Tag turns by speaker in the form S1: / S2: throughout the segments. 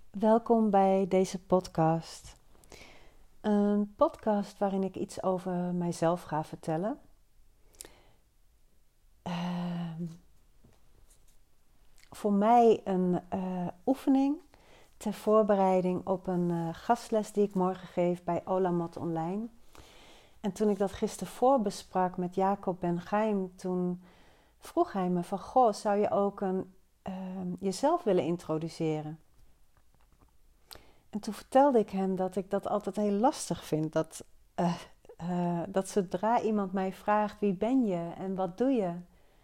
S1: Welkom bij deze podcast. Een podcast waarin ik iets over mijzelf ga vertellen. Voor mij een oefening ter voorbereiding op een gastles die ik morgen geef bij Olamot Online. En toen ik dat gisteren voorbesprak met Jacob Ben Chaim, toen vroeg hij me van, goh, zou je ook jezelf willen introduceren? En toen vertelde ik hem dat ik dat altijd heel lastig vind. Dat zodra iemand mij vraagt, wie ben je en wat doe je?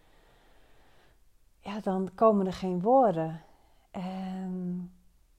S1: Ja, dan komen er geen woorden. En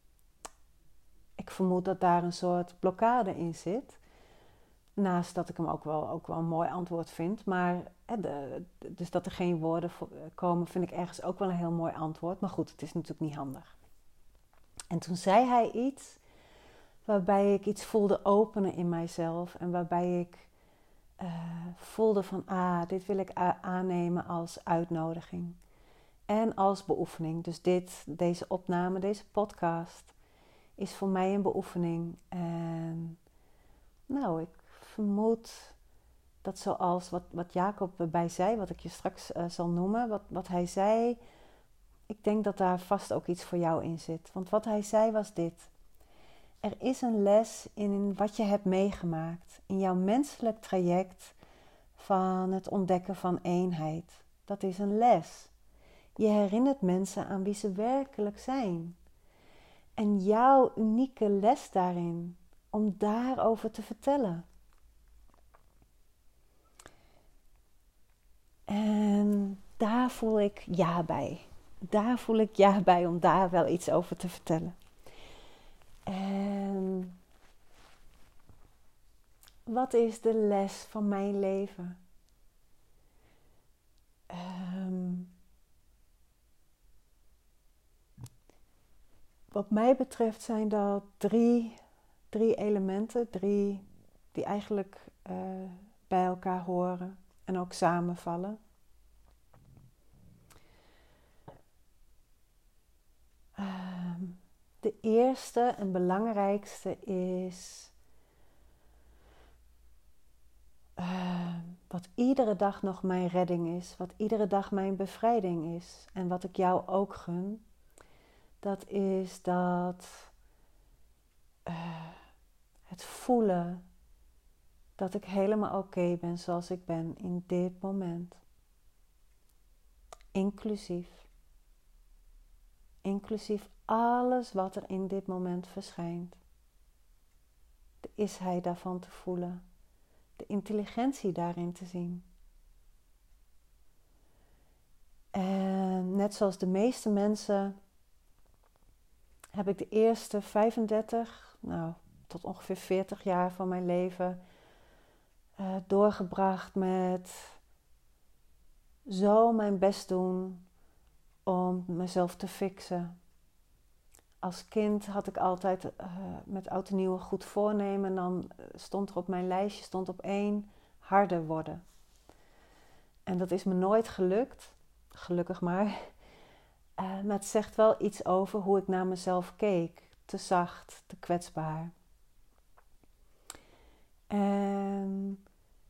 S1: ik vermoed dat daar een soort blokkade in zit. Naast dat ik hem ook wel een mooi antwoord vind. Maar dus dat er geen woorden komen, vind ik ergens ook wel een heel mooi antwoord. Maar goed, het is natuurlijk niet handig. En toen zei hij iets waarbij ik iets voelde openen in mijzelf. En waarbij ik voelde van, dit wil ik aannemen als uitnodiging. En als beoefening. Dus deze opname, deze podcast, is voor mij een beoefening. En nou, ik vermoed dat zoals wat Jacob erbij zei, wat ik je straks zal noemen, wat hij zei, ik denk dat daar vast ook iets voor jou in zit. Want wat hij zei was dit. Er is een les in wat je hebt meegemaakt, in jouw menselijk traject van het ontdekken van eenheid. Dat is een les. Je herinnert mensen aan wie ze werkelijk zijn. En jouw unieke les daarin, om daarover te vertellen. En daar voel ik ja bij. Daar voel ik ja bij om daar wel iets over te vertellen. En wat is de les van mijn leven? Wat mij betreft zijn dat drie elementen, die eigenlijk bij elkaar horen en ook samenvallen. De eerste en belangrijkste is wat iedere dag nog mijn redding is, wat iedere dag mijn bevrijding is en wat ik jou ook gun. Dat is het voelen dat ik helemaal oké ben zoals ik ben in dit moment. Inclusief alles wat er in dit moment verschijnt. De isheid daarvan te voelen. De intelligentie daarin te zien. En net zoals de meeste mensen heb ik de eerste 35, tot ongeveer 40 jaar van mijn leven doorgebracht met zo mijn best doen om mezelf te fixen. Als kind had ik altijd met oud en nieuw een goed voornemen. En dan stond er op mijn lijstje, stond op 1, harder worden. En dat is me nooit gelukt, gelukkig maar. Maar het zegt wel iets over hoe ik naar mezelf keek. Te zacht, te kwetsbaar. En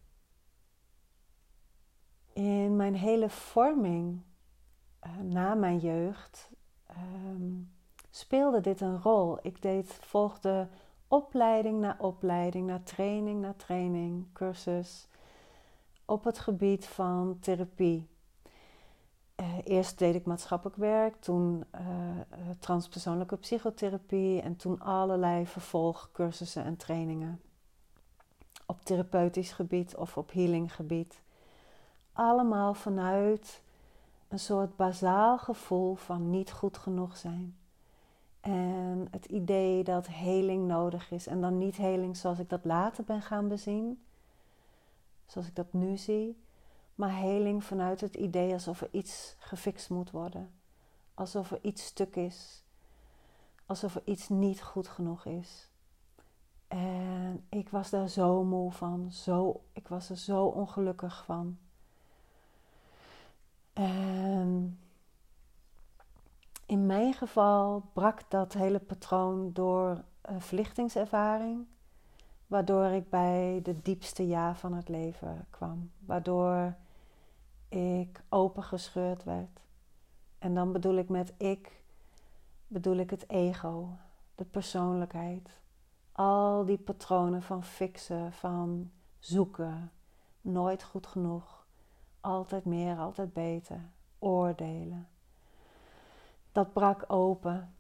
S1: in mijn hele vorming na mijn jeugd speelde dit een rol. Ik volgde opleiding na training, cursus op het gebied van therapie. Eerst deed ik maatschappelijk werk, toen transpersoonlijke psychotherapie en toen allerlei vervolgcursussen en trainingen. Op therapeutisch gebied of op healinggebied. Allemaal vanuit een soort bazaal gevoel van niet goed genoeg zijn. En het idee dat heling nodig is. En dan niet heling zoals ik dat later ben gaan bezien. Zoals ik dat nu zie. Maar heling vanuit het idee alsof er iets gefixt moet worden. Alsof er iets stuk is. Alsof er iets niet goed genoeg is. En ik was daar zo moe van. Ik was er zo ongelukkig van. En In mijn geval brak dat hele patroon door verlichtingservaring, waardoor ik bij de diepste ja van het leven kwam. Waardoor ik opengescheurd werd. En dan bedoel ik met bedoel ik het ego, de persoonlijkheid. Al die patronen van fixen, van zoeken, nooit goed genoeg, altijd meer, altijd beter, oordelen. Dat brak open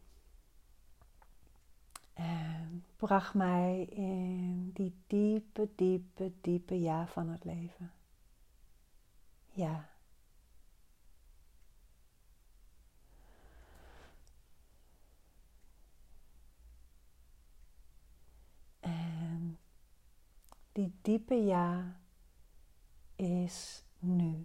S1: en bracht mij in die diepe, diepe, diepe ja van het leven. Ja. En die diepe ja is nu.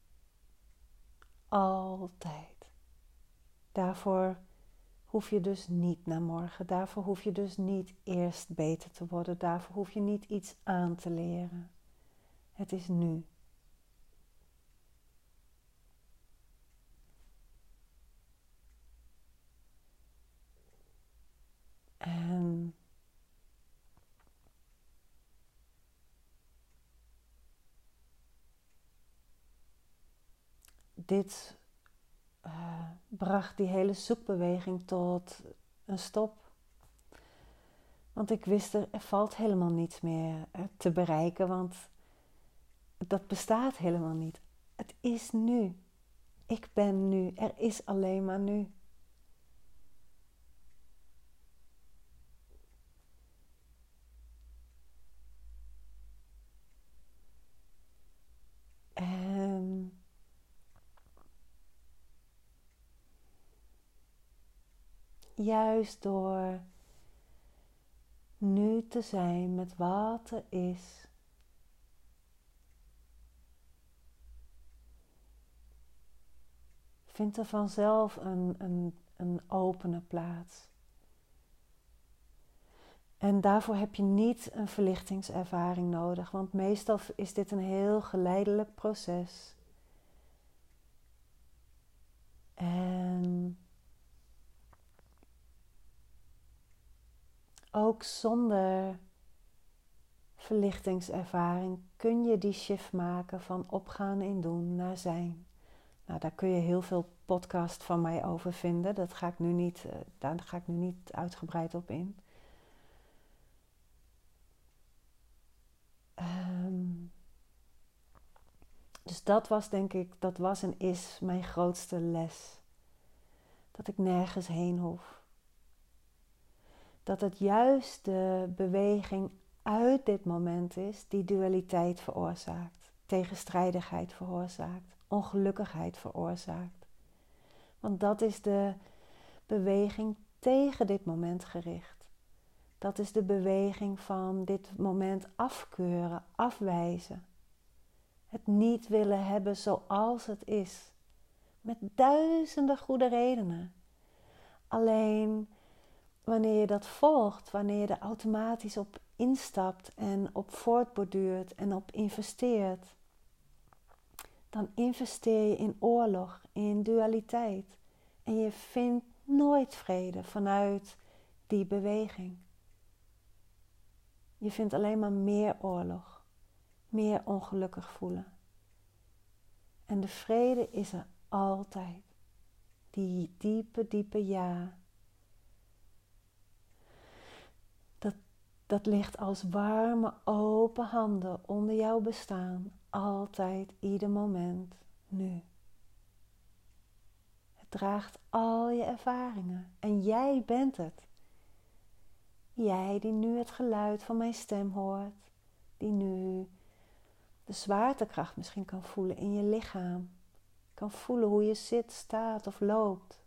S1: Altijd. Daarvoor hoef je dus niet naar morgen. Daarvoor hoef je dus niet eerst beter te worden. Daarvoor hoef je niet iets aan te leren. Het is nu. En dit bracht die hele zoekbeweging tot een stop. Want ik wist er valt helemaal niets meer te bereiken, want dat bestaat helemaal niet. Het is nu. Ik ben nu. Er is alleen maar nu. En juist door nu te zijn met wat er is, vindt er vanzelf een opene plaats. En daarvoor heb je niet een verlichtingservaring nodig, want meestal is dit een heel geleidelijk proces. En ook zonder verlichtingservaring kun je die shift maken van opgaan in doen naar zijn. Nou, daar kun je heel veel podcast van mij over vinden. Daar ga ik nu niet uitgebreid op in. Dus dat was dat was en is mijn grootste les. Dat ik nergens heen hoef. Dat het juist de beweging uit dit moment is die dualiteit veroorzaakt. Tegenstrijdigheid veroorzaakt. Ongelukkigheid veroorzaakt. Want dat is de beweging tegen dit moment gericht. Dat is de beweging van dit moment afkeuren, afwijzen. Het niet willen hebben zoals het is. Met duizenden goede redenen. Alleen wanneer je dat volgt, wanneer je er automatisch op instapt en op voortborduurt en op investeert, dan investeer je in oorlog, in dualiteit. En je vindt nooit vrede vanuit die beweging. Je vindt alleen maar meer oorlog, meer ongelukkig voelen. En de vrede is er altijd. Die diepe, diepe ja. Dat ligt als warme, open handen onder jouw bestaan. Altijd, ieder moment, nu. Het draagt al je ervaringen. En jij bent het. Jij die nu het geluid van mijn stem hoort. Die nu de zwaartekracht misschien kan voelen in je lichaam. Kan voelen hoe je zit, staat of loopt.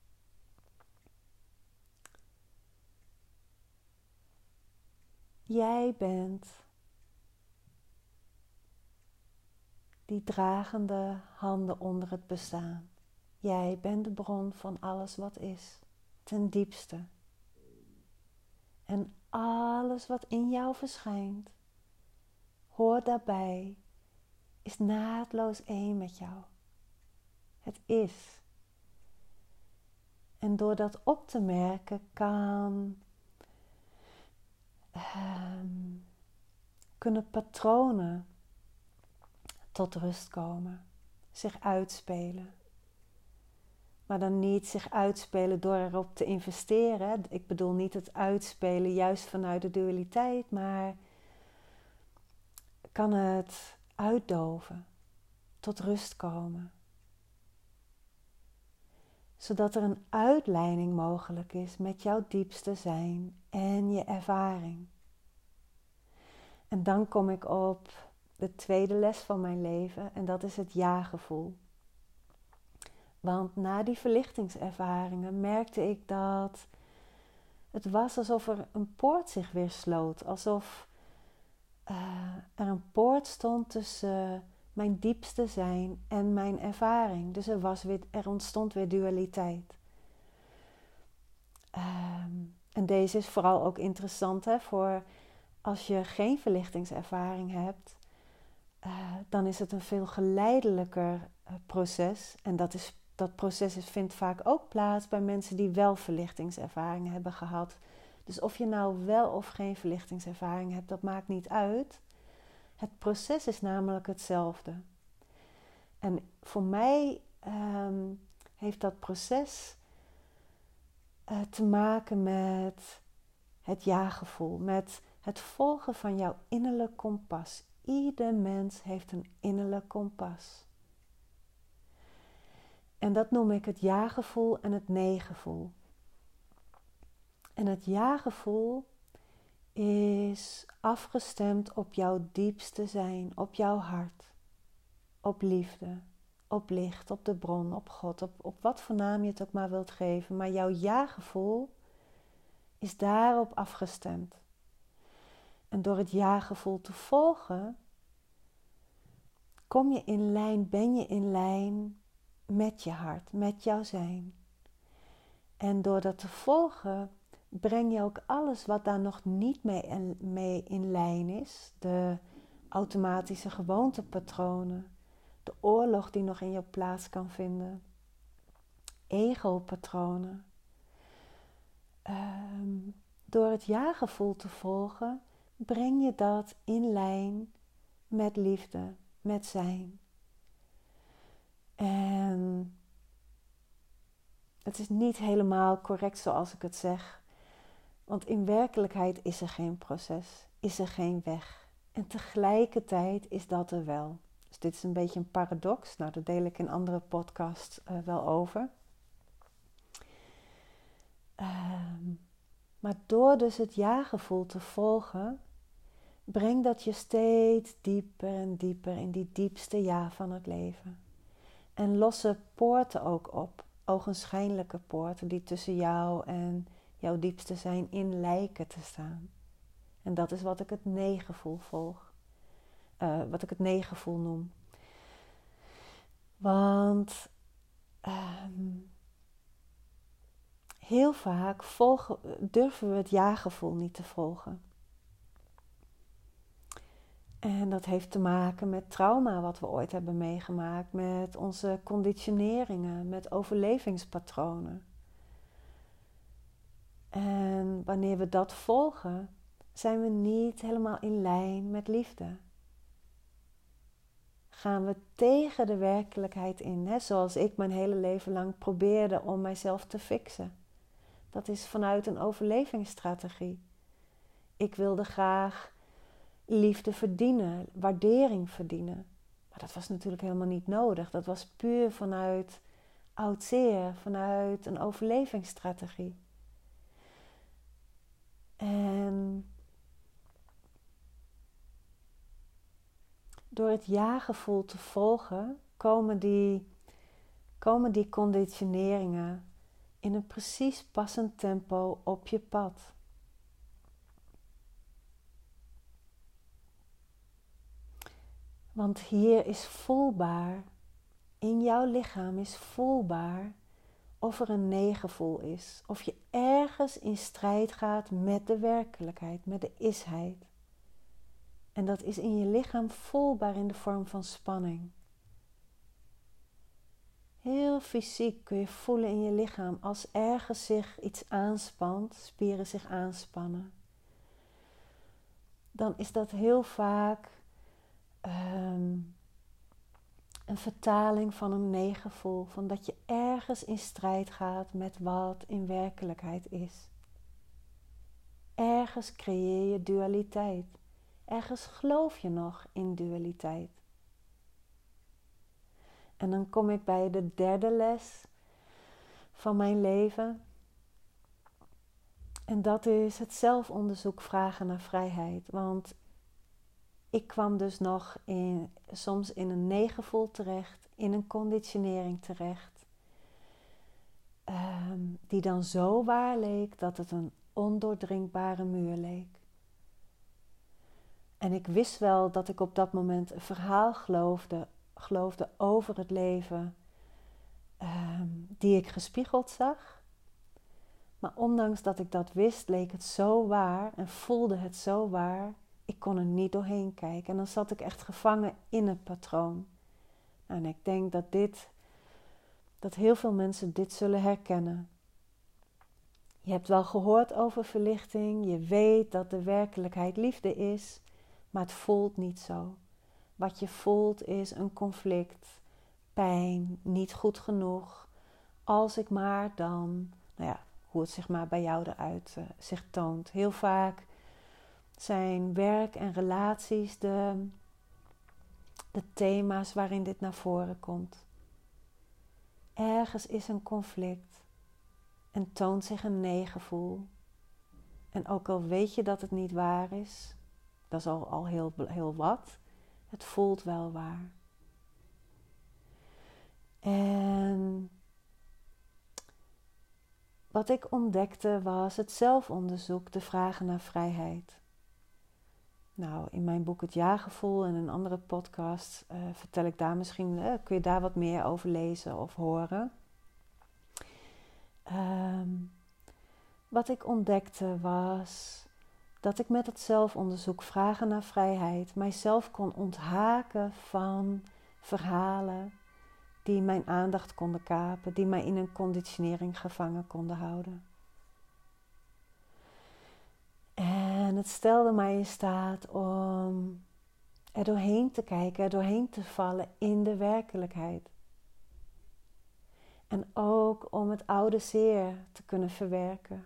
S1: Jij bent die dragende handen onder het bestaan. Jij bent de bron van alles wat is, ten diepste. En alles wat in jou verschijnt, hoort daarbij, is naadloos één met jou. Het is. En door dat op te merken kunnen patronen tot rust komen, zich uitspelen. Maar dan niet zich uitspelen door erop te investeren. Ik bedoel niet het uitspelen juist vanuit de dualiteit, maar kan het uitdoven, tot rust komen. Zodat er een uitleiding mogelijk is met jouw diepste zijn en je ervaring. En dan kom ik op de tweede les van mijn leven en dat is het ja-gevoel. Want na die verlichtingservaringen merkte ik dat het was alsof er een poort zich weer sloot. Alsof er een poort stond tussen mijn diepste zijn en mijn ervaring. Dus er ontstond weer dualiteit. En deze is vooral ook interessant voor als je geen verlichtingservaring hebt. Dan is het een veel geleidelijker proces. En dat proces vindt vaak ook plaats bij mensen die wel verlichtingservaring hebben gehad. Dus of je nou wel of geen verlichtingservaring hebt, dat maakt niet uit. Het proces is namelijk hetzelfde. En voor mij heeft dat proces te maken met het ja-gevoel, met het volgen van jouw innerlijk kompas. Ieder mens heeft een innerlijk kompas. En dat noem ik het ja-gevoel en het nee-gevoel. En het ja-gevoel is afgestemd op jouw diepste zijn, op jouw hart, op liefde, op licht, op de bron, op God, op wat voor naam je het ook maar wilt geven. Maar jouw ja-gevoel is daarop afgestemd. En door het ja-gevoel te volgen, ben je in lijn met je hart, met jouw zijn. En door dat te volgen, breng je ook alles wat daar nog niet mee in lijn is. De automatische gewoontepatronen, de oorlog die nog in jou plaats kan vinden, ego-patronen. Door het ja-gevoel te volgen, breng je dat in lijn met liefde, met zijn. En het is niet helemaal correct zoals ik het zeg. Want in werkelijkheid is er geen proces, is er geen weg. En tegelijkertijd is dat er wel. Dus dit is een beetje een paradox. Nou, dat deel ik in andere podcasts wel over. Maar door dus het ja-gevoel te volgen, brengt dat je steeds dieper en dieper in die diepste ja van het leven. En losse poorten ook op, ogenschijnlijke poorten die tussen jou en jouw diepste zijn in lijken te staan. En dat is wat ik het nee-gevoel wat ik het nee-gevoel noem. Want heel vaak durven we het ja-gevoel niet te volgen. En dat heeft te maken met trauma wat we ooit hebben meegemaakt, met onze conditioneringen, met overlevingspatronen. En wanneer we dat volgen, zijn we niet helemaal in lijn met liefde. Gaan we tegen de werkelijkheid in, zoals ik mijn hele leven lang probeerde om mijzelf te fixen. Dat is vanuit een overlevingsstrategie. Ik wilde graag liefde verdienen, waardering verdienen. Maar dat was natuurlijk helemaal niet nodig. Dat was puur vanuit oud zeer, vanuit een overlevingsstrategie. En door het ja-gevoel te volgen, komen die conditioneringen in een precies passend tempo op je pad. Want hier is voelbaar, in jouw lichaam is voelbaar of er een nee-gevoel is. Of je ergens in strijd gaat met de werkelijkheid, met de isheid. En dat is in je lichaam voelbaar in de vorm van spanning. Heel fysiek kun je voelen in je lichaam als ergens zich iets aanspant, spieren zich aanspannen. Dan is dat heel vaak een vertaling van een neegevoel. Van dat je ergens in strijd gaat met wat in werkelijkheid is. Ergens creëer je dualiteit. Ergens geloof je nog in dualiteit. En dan kom ik bij de derde les van mijn leven. En dat is het zelfonderzoek vragen naar vrijheid. Want ik kwam dus nog soms in een neegevoel terecht, in een conditionering terecht. Die dan zo waar leek dat het een ondoordringbare muur leek. En ik wist wel dat ik op dat moment een verhaal geloofde over het leven die ik gespiegeld zag. Maar ondanks dat ik dat wist, leek het zo waar en voelde het zo waar. Ik kon er niet doorheen kijken. En dan zat ik echt gevangen in het patroon. En ik denk dat heel veel mensen dit zullen herkennen. Je hebt wel gehoord over verlichting. Je weet dat de werkelijkheid liefde is. Maar het voelt niet zo. Wat je voelt is een conflict, pijn, niet goed genoeg. Als ik maar dan, hoe het zich maar bij jou eruit zich toont. Heel vaak zijn werk en relaties de thema's waarin dit naar voren komt. Ergens is een conflict en toont zich een nee-gevoel. En ook al weet je dat het niet waar is, dat is al heel wat, het voelt wel waar. En wat ik ontdekte was het zelfonderzoek, de vragen naar vrijheid. Nou, in mijn boek Het Ja-gevoel en een andere podcast vertel ik daar misschien, kun je daar wat meer over lezen of horen. Wat ik ontdekte was dat ik met het zelfonderzoek vragen naar vrijheid mijzelf kon onthaken van verhalen die mijn aandacht konden kapen, die mij in een conditionering gevangen konden houden. En het stelde mij in staat om er doorheen te kijken, er doorheen te vallen in de werkelijkheid. En ook om het oude zeer te kunnen verwerken.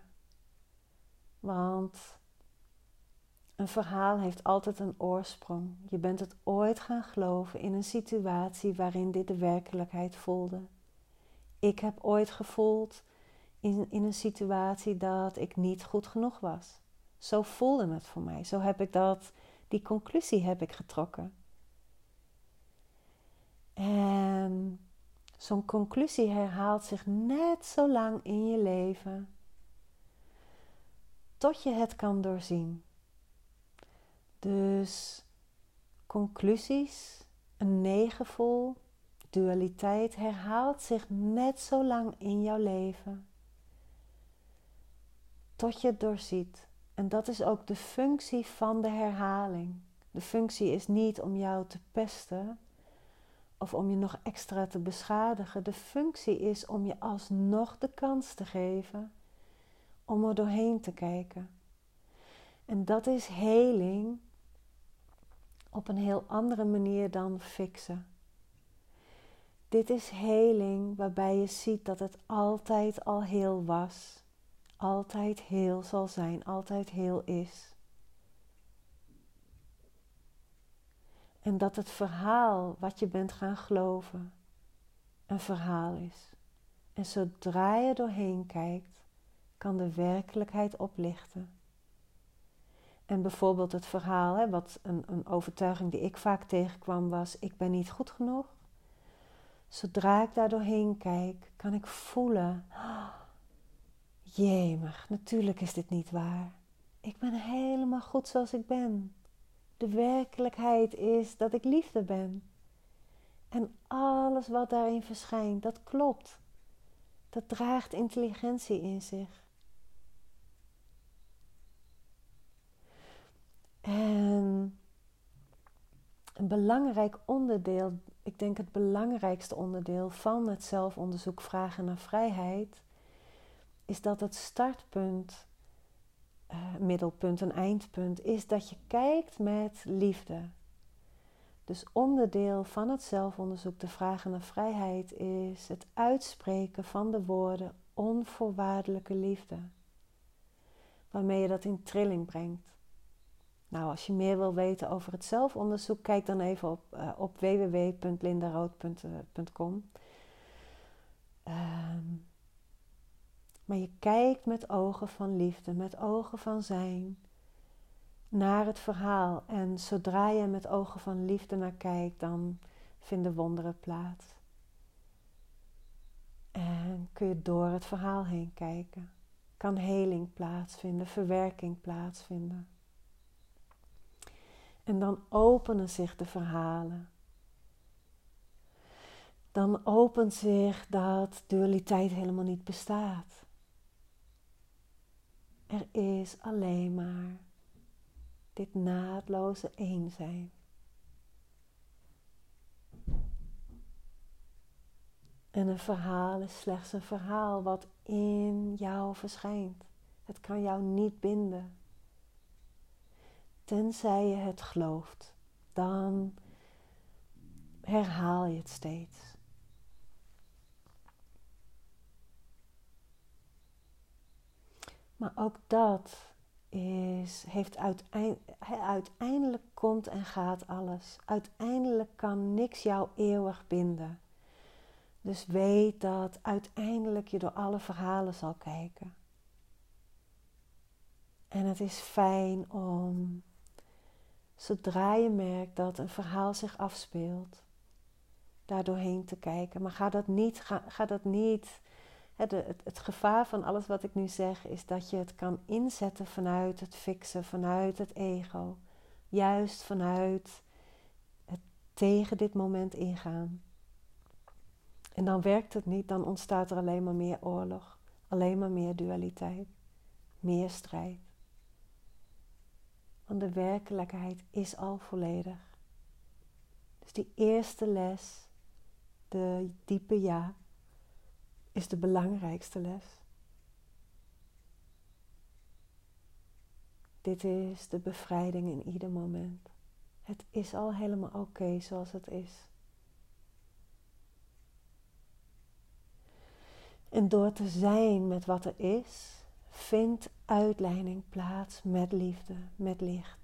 S1: Want een verhaal heeft altijd een oorsprong. Je bent het ooit gaan geloven in een situatie waarin dit de werkelijkheid voelde. Ik heb ooit gevoeld in een situatie dat ik niet goed genoeg was. Zo voelde het voor mij. Zo heb ik die conclusie heb ik getrokken. En zo'n conclusie herhaalt zich net zo lang in je leven tot je het kan doorzien. Dus conclusies, een nee-gevoel, dualiteit herhaalt zich net zo lang in jouw leven tot je het doorziet. En dat is ook de functie van de herhaling. De functie is niet om jou te pesten of om je nog extra te beschadigen. De functie is om je alsnog de kans te geven om er doorheen te kijken. En dat is heling op een heel andere manier dan fixen. Dit is heling waarbij je ziet dat het altijd al heel was. Altijd heel zal zijn, altijd heel is. En dat het verhaal wat je bent gaan geloven een verhaal is. En zodra je doorheen kijkt, kan de werkelijkheid oplichten. En bijvoorbeeld het verhaal, wat een overtuiging die ik vaak tegenkwam was, ik ben niet goed genoeg. Zodra ik daar doorheen kijk, kan ik voelen, jemig, natuurlijk is dit niet waar. Ik ben helemaal goed zoals ik ben. De werkelijkheid is dat ik liefde ben. En alles wat daarin verschijnt, dat klopt. Dat draagt intelligentie in zich. En een belangrijk onderdeel ik denk het belangrijkste onderdeel van het zelfonderzoek Vragen naar Vrijheid is dat het startpunt, middelpunt en eindpunt is dat je kijkt met liefde. Dus onderdeel van het zelfonderzoek, de Vragen naar Vrijheid, is het uitspreken van de woorden onvoorwaardelijke liefde. Waarmee je dat in trilling brengt. Nou, als je meer wil weten over het zelfonderzoek, kijk dan even op www.lindarood.com. Maar je kijkt met ogen van liefde, met ogen van zijn, naar het verhaal. En zodra je met ogen van liefde naar kijkt, dan vinden wonderen plaats. En kun je door het verhaal heen kijken. Kan heling plaatsvinden, verwerking plaatsvinden. En dan openen zich de verhalen. Dan opent zich dat dualiteit helemaal niet bestaat. Er is alleen maar dit naadloze één zijn. En een verhaal is slechts een verhaal wat in jou verschijnt. Het kan jou niet binden. Tenzij je het gelooft, dan herhaal je het steeds. Maar ook dat heeft uiteindelijk komt en gaat alles. Uiteindelijk kan niks jou eeuwig binden. Dus weet dat uiteindelijk je door alle verhalen zal kijken. En het is fijn om, zodra je merkt dat een verhaal zich afspeelt, daar doorheen te kijken. Maar ga dat niet. Het gevaar van alles wat ik nu zeg is dat je het kan inzetten vanuit het fixen, vanuit het ego. Juist vanuit het tegen dit moment ingaan. En dan werkt het niet, dan ontstaat er alleen maar meer oorlog. Alleen maar meer dualiteit. Meer strijd. Want de werkelijkheid is al volledig. Dus die eerste les, de diepe ja, is de belangrijkste les. Dit is de bevrijding in ieder moment. Het is al helemaal oké zoals het is. En door te zijn met wat er is, vindt uitleiding plaats met liefde, met licht.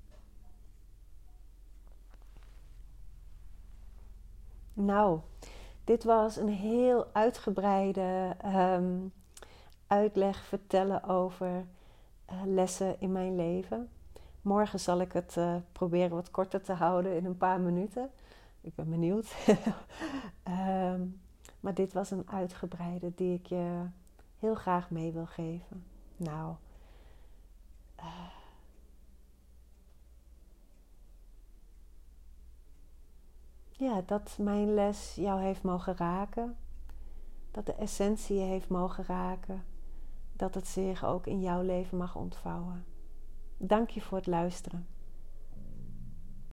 S1: Nou, dit was een heel uitgebreide uitleg vertellen over lessen in mijn leven. Morgen zal ik het proberen wat korter te houden in een paar minuten. Ik ben benieuwd. Maar dit was een uitgebreide die ik je heel graag mee wil geven. Nou, ja, dat mijn les jou heeft mogen raken. Dat de essentie je heeft mogen raken. Dat het zich ook in jouw leven mag ontvouwen. Dank je voor het luisteren.